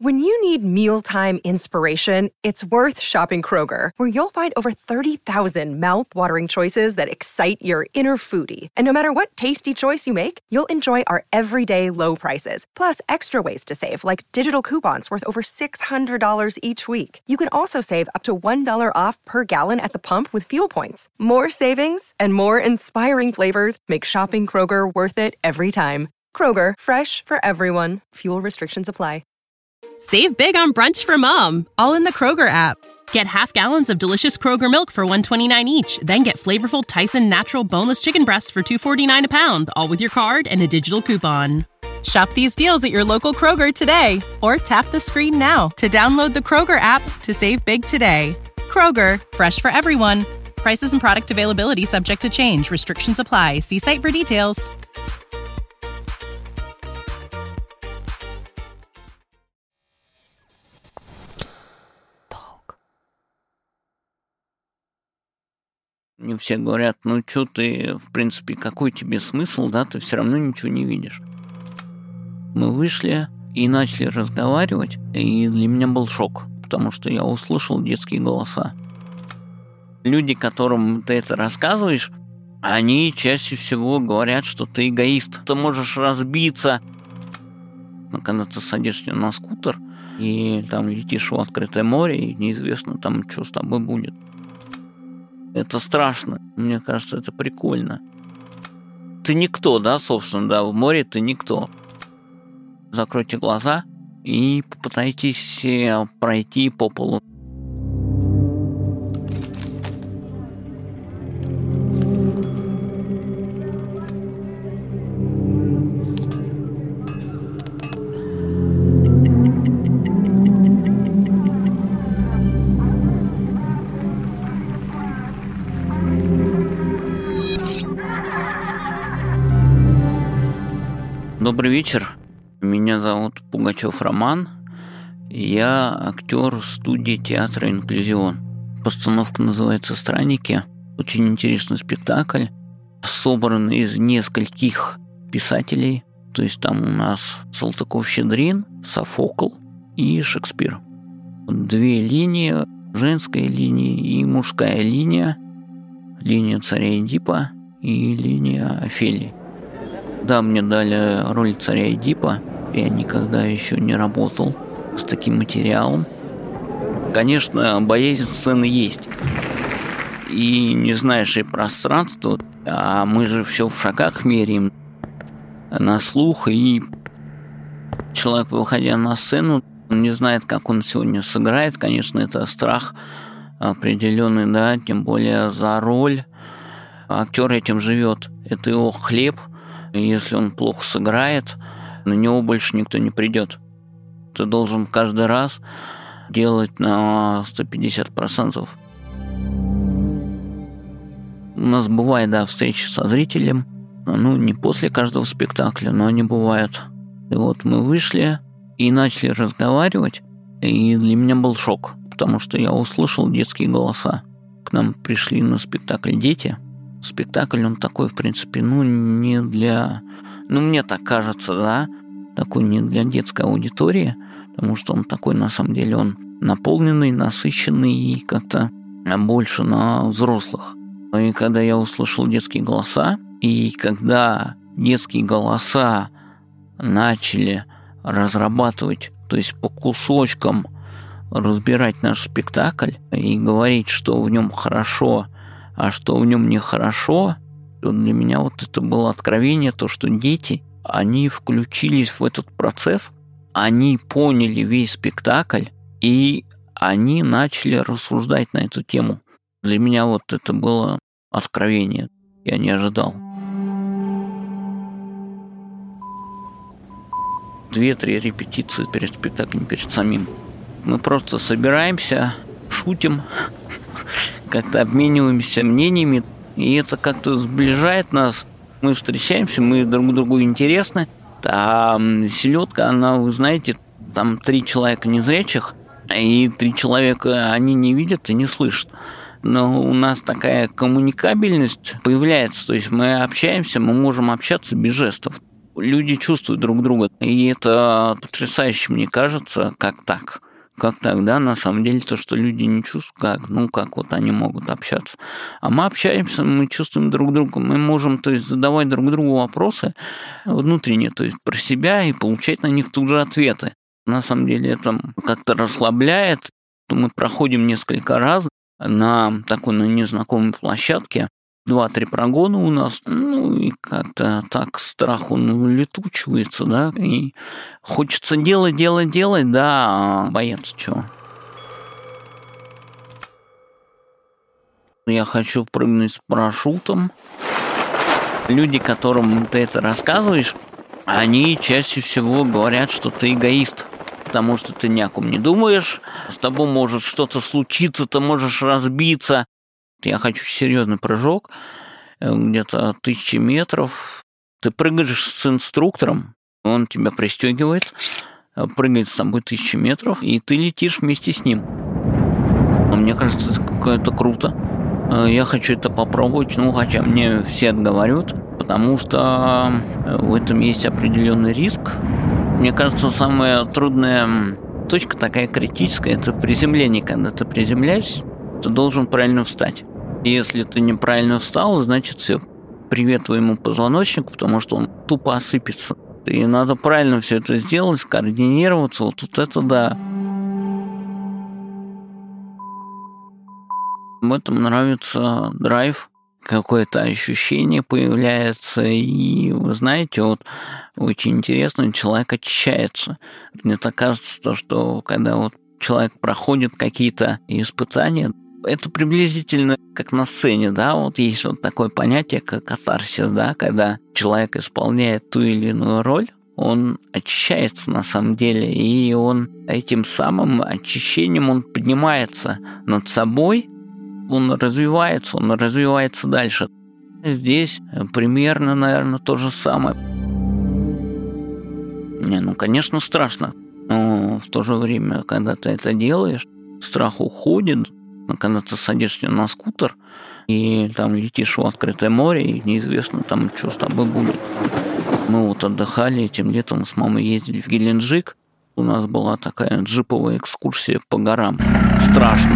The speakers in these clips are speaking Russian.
When you need mealtime inspiration, it's worth shopping Kroger, where you'll find over 30,000 mouth-watering choices that excite your inner foodie. And no matter what tasty choice you make, you'll enjoy our everyday low prices, plus extra ways to save, like digital coupons worth over $600 each week. You can also save up to $1 off per gallon at the pump with fuel points. More savings and more inspiring flavors make shopping Kroger worth it every time. Kroger, fresh for everyone. Fuel restrictions apply. Save big on brunch for mom, all in the Kroger app. Get half gallons of delicious Kroger milk for $1.29 each. Then get flavorful Tyson natural boneless chicken breasts for $2.49 a pound, all with your card and a digital coupon. Shop these deals at your local Kroger today, or tap the screen now to download the Kroger app to save big today. Kroger, fresh for everyone. Prices and product availability subject to change. Restrictions apply. See site for details. Мне все говорят, ну что ты, в принципе, какой тебе смысл, да, ты все равно ничего не видишь. Мы вышли и начали разговаривать, и для меня был шок, потому что я услышал детские голоса. Люди, которым ты это рассказываешь, они чаще всего говорят, что ты эгоист. Ты можешь разбиться, но когда ты садишься на скутер и там летишь в открытое море, и неизвестно там, что с тобой будет. Это страшно. Мне кажется, это прикольно. Ты никто, да, собственно, да, в море ты никто. Закройте глаза и попытайтесь пройти по полу. Добрый вечер. Меня зовут Пугачев Роман. Я актер студии театра «Инклюзион». Постановка называется «Странники». Очень интересный спектакль, собранный из нескольких писателей. То есть там у нас Салтыков-Щедрин, Софокл и Шекспир. Две линии, женская линия и мужская линия. Линия царя Эдипа и линия Офелии. Да, мне дали роль царя Эдипа. Я никогда еще не работал с таким материалом. Конечно, боязнь сцены есть. И не знаешь и пространство, а мы же все в шагах меряем на слух. И человек, выходя на сцену, не знает, как он сегодня сыграет. Конечно, это страх определенный, да, тем более за роль. Актер этим живет. Это его хлеб. И если он плохо сыграет, на него больше никто не придет. Ты должен каждый раз делать на 150%. У нас бывает, да, встречи со зрителем. Ну, не после каждого спектакля, но они бывают. И вот мы вышли и начали разговаривать, и для меня был шок, потому что я услышал детские голоса. К нам пришли на спектакль дети. Спектакль, он такой, в принципе, ну, не для... Ну, мне так кажется, да, такой не для детской аудитории, потому что он такой, на самом деле, он наполненный, насыщенный и как-то больше на взрослых. И когда я услышал детские голоса, и когда детские голоса начали разрабатывать, то есть по кусочкам разбирать наш спектакль и говорить, что в нем хорошо, а что в нем нехорошо, то для меня вот это было откровение, то, что дети, они включились в этот процесс, они поняли весь спектакль, и они начали рассуждать на эту тему. Для меня вот это было откровение, я не ожидал. 2-3 репетиции перед спектаклем, перед самим. Мы просто собираемся, шутим, как-то обмениваемся мнениями, и это как-то сближает нас. Мы встречаемся, мы друг другу интересны. А селедка, она, вы знаете, там 3 человека незрячих, и 3 человека они не видят и не слышат. Но у нас такая коммуникабельность появляется, то есть мы общаемся, мы можем общаться без жестов. Люди чувствуют друг друга, и это потрясающе, мне кажется, как так, да, на самом деле то, что люди не чувствуют, как вот они могут общаться. А мы общаемся, мы чувствуем друг друга, мы можем, то есть, задавать друг другу вопросы внутренние, то есть, про себя и получать на них тут же ответы. На самом деле это как-то расслабляет. Мы проходим несколько раз на такой, незнакомой площадке, 2-3 прогона у нас, и как-то так страх, он улетучивается, да, и хочется делать, да, а бояться чего. Я хочу прыгнуть с парашютом. Люди, которым ты это рассказываешь, они чаще всего говорят, что ты эгоист, потому что ты ни о ком не думаешь, с тобой может что-то случиться, ты можешь разбиться. Я хочу серьезный прыжок, где-то 1000 метров. Ты прыгаешь с инструктором, он тебя пристегивает, прыгает с тобой 1000 метров, и ты летишь вместе с ним. Мне кажется, это круто. Я хочу это попробовать, хотя мне все отговаривают, потому что в этом есть определенный риск. Мне кажется, самая трудная точка, такая критическая, это приземление. Когда ты приземляешься, ты должен правильно встать. Если ты неправильно встал, значит все, привет твоему позвоночнику, потому что он тупо осыпется. И надо правильно все это сделать, скоординироваться, вот это да. В этом нравится драйв, какое-то ощущение появляется, и вы знаете, вот очень интересно, человек очищается. Мне так кажется, что когда вот человек проходит какие-то испытания, это приблизительно как на сцене, да, вот есть вот такое понятие, как катарсис, да, когда человек исполняет ту или иную роль, он очищается на самом деле, и он этим самым очищением он поднимается над собой, он развивается дальше. Здесь примерно, наверное, то же самое. Конечно, страшно, но в то же время, когда ты это делаешь, страх уходит. Когда ты садишься на скутер и там летишь в открытое море, и неизвестно там, что с тобой будет. Мы вот отдыхали этим летом, с мамой ездили в Геленджик. У нас была такая джиповая экскурсия по горам. Страшно.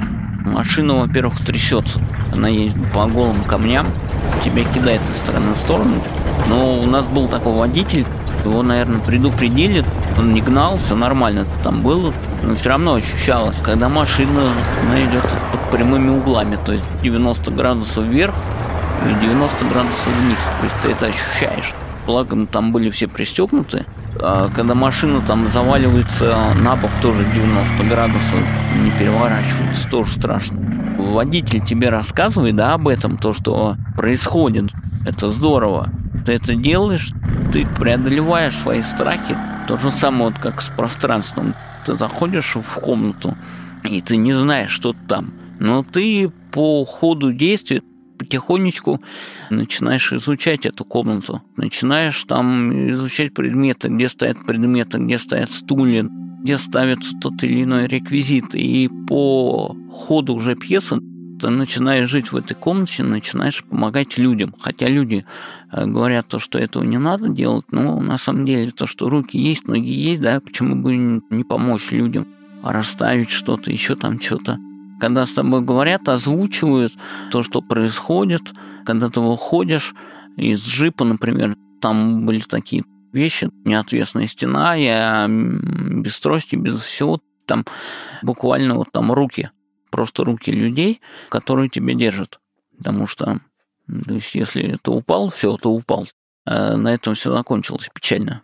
Машина, во-первых, трясется. Она едет по голым камням, тебя кидает из стороны в сторону. Но у нас был такой водитель, его, наверное, предупредили, он не гнал, все нормально там было, но все равно ощущалось, когда машина идет под прямыми углами, то есть 90 градусов вверх и 90 градусов вниз, то есть ты это ощущаешь. Благо, мы там были все пристегнуты, а когда машина там заваливается на бок, тоже 90 градусов, не переворачивается, тоже страшно. Водитель тебе рассказывает, да, об этом, то, что происходит, это здорово. Ты это делаешь, ты преодолеваешь свои страхи. То же самое, вот как с пространством. Ты заходишь в комнату, и ты не знаешь, что там. Но ты по ходу действия потихонечку начинаешь изучать эту комнату. Начинаешь там изучать предметы, где стоят предметы, где стоят стулья, где ставится тот или иной реквизит. И по ходу уже пьесы ты начинаешь жить в этой комнате, начинаешь помогать людям. Хотя люди говорят то, что этого не надо делать, но на самом деле то, что руки есть, ноги есть, да, почему бы не помочь людям, а расставить что-то, еще там что-то. Когда с тобой говорят, озвучивают то, что происходит, когда ты выходишь из джипа, например, там были такие вещи, неотвесная стена, я без трости, без всего, там буквально вот там руки, просто руки людей, которые тебя держат. Потому что, то есть, если ты упал, все, ты упал. А на этом все закончилось печально.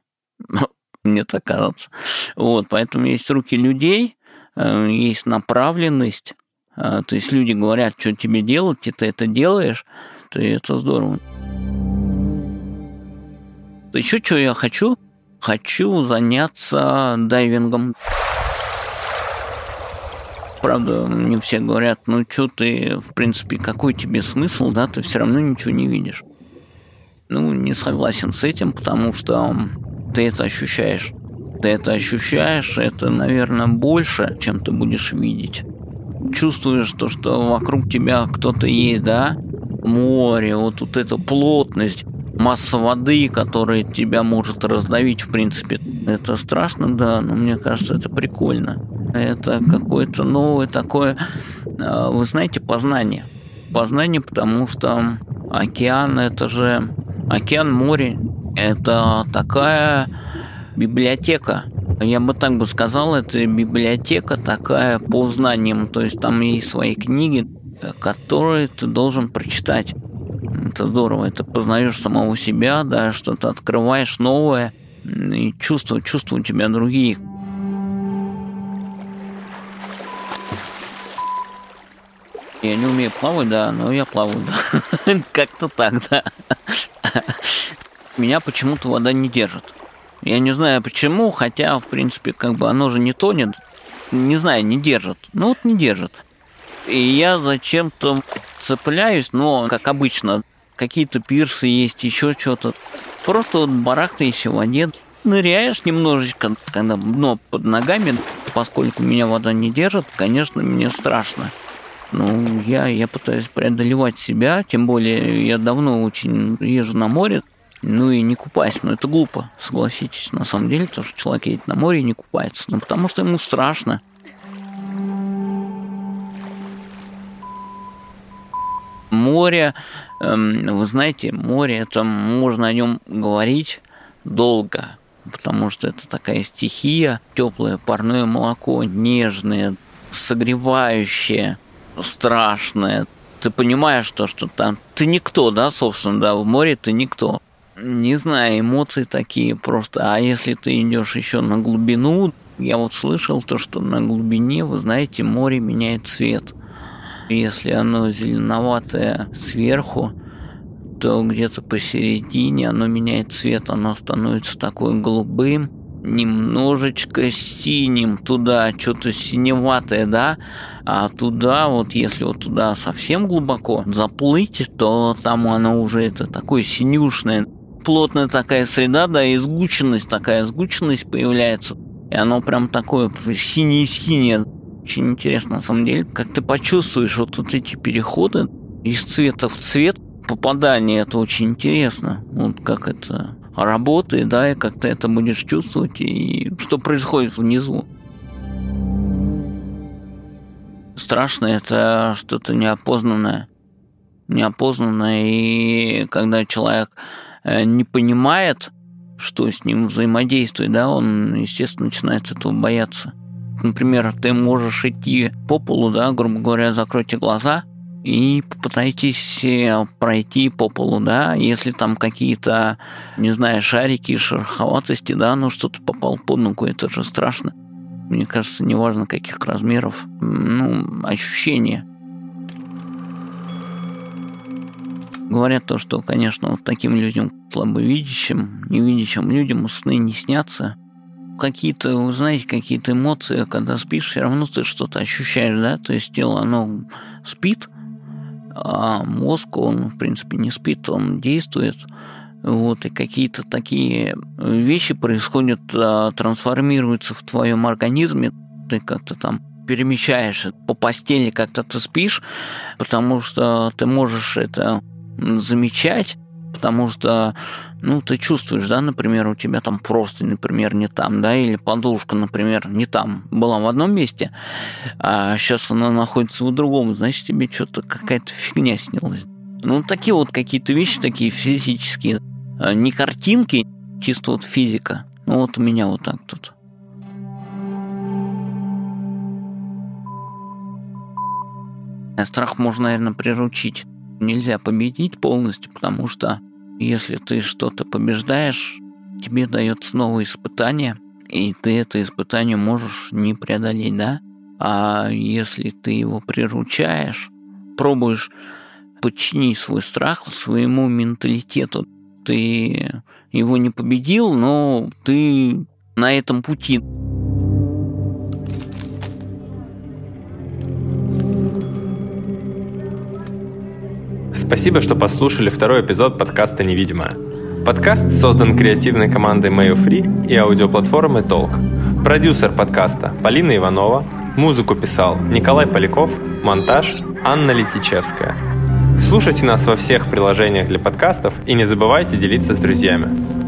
Мне так кажется. Вот, поэтому есть руки людей, есть направленность. То есть люди говорят, что тебе делать, и ты это делаешь, то это здорово. Еще что я хочу? Хочу заняться дайвингом. Правда, мне все говорят, ну что ты, в принципе, какой тебе смысл, да, ты все равно ничего не видишь. Ну, не согласен с этим, потому что ты это ощущаешь. Ты это ощущаешь, это, наверное, больше, чем ты будешь видеть. Чувствуешь то, что вокруг тебя кто-то есть, да, море, вот эта плотность, масса воды, которая тебя может раздавить, в принципе. Это страшно, да, но мне кажется, это прикольно. Это какое-то новое такое, вы знаете, познание. Познание, потому что океан, это же... Океан, море – это такая библиотека. Я бы так бы сказал, это библиотека такая по знаниям. То есть там есть свои книги, которые ты должен прочитать. Это здорово. Это познаешь самого себя, да, что-то открываешь новое, и чувства у тебя другие. Я не умею плавать, да, но я плаваю, да. Как-то так, да. Меня почему-то вода не держит. Я не знаю почему, хотя, в принципе, как бы оно же не тонет. Не знаю, не держит. Ну вот не держит. И я зачем-то цепляюсь, но, как обычно, какие-то пирсы есть, еще что-то. Просто вот барахтаешься в воде, ныряешь немножечко, когда дно под ногами, поскольку меня вода не держит, конечно, мне страшно. Ну, я пытаюсь преодолевать себя, тем более я давно очень езжу на море, ну и не купаюсь. Но это глупо, согласитесь, на самом деле, то, что человек едет на море и не купается. Ну, потому что ему страшно. Море, вы знаете, море, это можно о нем говорить долго, потому что это такая стихия, теплое парное молоко, нежное, согревающее, страшное. Ты понимаешь, что там ты никто, да, собственно, да, в море ты никто. Не знаю, эмоции такие просто. А если ты идешь еще на глубину, я вот слышал то, что на глубине, вы знаете, море меняет цвет. Если оно зеленоватое сверху, то где-то посередине оно меняет цвет, оно становится такое голубым, немножечко синим, туда что-то синеватое, да, а туда вот, если вот туда совсем глубоко заплыть, то там оно уже это такое синюшное, плотная такая среда, да, и сгущенность появляется, и оно прям такое синее-синее. Очень интересно, на самом деле, как ты почувствуешь вот эти переходы из цвета в цвет, попадание, это очень интересно, вот как это работает, да, и как ты это будешь чувствовать, и что происходит внизу. Страшно, это что-то неопознанное, и когда человек не понимает, что с ним взаимодействует, да, он, естественно, начинает этого бояться. Например, ты можешь идти по полу, да, грубо говоря, закройте глаза и попытайтесь пройти по полу, да, если там какие-то, не знаю, шарики, шероховатости, да, ну что-то попало под ногу, это же страшно. Мне кажется, неважно каких размеров, ну, ощущения. Говорят то, что, конечно, вот таким людям, слабовидящим, невидящим людям сны не снятся. Какие-то, вы знаете, какие-то эмоции, когда спишь, все равно ты что-то ощущаешь, да, то есть тело, оно спит, а мозг, он, в принципе, не спит, он действует, вот, и какие-то такие вещи происходят, трансформируются в твоем организме, ты как-то там перемещаешь по постели, как-то ты спишь, потому что ты можешь это замечать, потому что, ну, ты чувствуешь, да, например, у тебя там простынь, например, не там, да, или подушка, например, не там, была в одном месте, а сейчас она находится в другом, значит, тебе что-то какая-то фигня снилась. Ну, такие вот какие-то вещи, такие физические, не картинки, чисто вот физика. Ну, вот у меня вот так тут. Страх можно, наверное, приручить. Нельзя победить полностью, потому что если ты что-то побеждаешь, тебе дается новое испытание, и ты это испытание можешь не преодолеть, да? А если ты его приручаешь, пробуешь подчинить свой страх своему менталитету, ты его не победил, но ты на этом пути. Спасибо, что послушали второй эпизод подкаста «Невидимое». Подкаст создан креативной командой Mayo Free и аудиоплатформой Talk. Продюсер подкаста Полина Иванова, музыку писал Николай Поляков, монтаж Анна Летичевская. Слушайте нас во всех приложениях для подкастов и не забывайте делиться с друзьями.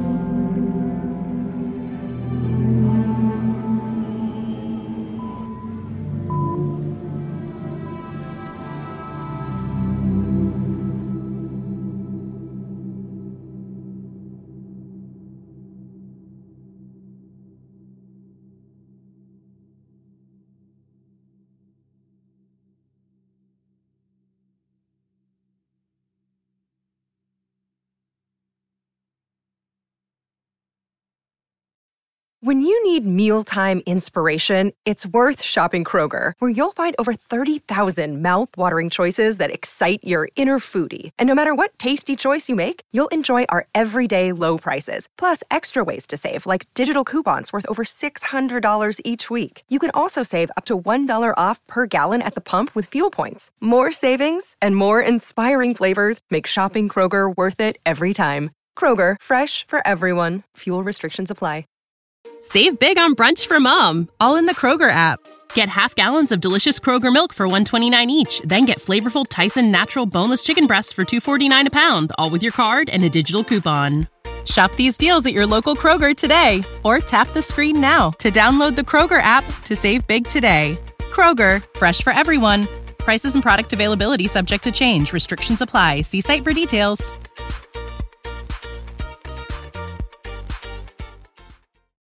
When you need mealtime inspiration, it's worth shopping Kroger, where you'll find over 30,000 mouth-watering choices that excite your inner foodie. And no matter what tasty choice you make, you'll enjoy our everyday low prices, plus extra ways to save, like digital coupons worth over $600 each week. You can also save up to $1 off per gallon at the pump with fuel points. More savings and more inspiring flavors make shopping Kroger worth it every time. Kroger, fresh for everyone. Fuel restrictions apply. Save big on brunch for mom, all in the Kroger app. Get half gallons of delicious Kroger milk for $1.29 each. Then get flavorful Tyson natural boneless chicken breasts for $2.49 a pound, all with your card and a digital coupon. Shop these deals at your local Kroger today, or tap the screen now to download the Kroger app to save big today. Kroger, fresh for everyone. Prices and product availability subject to change. Restrictions apply. See site for details.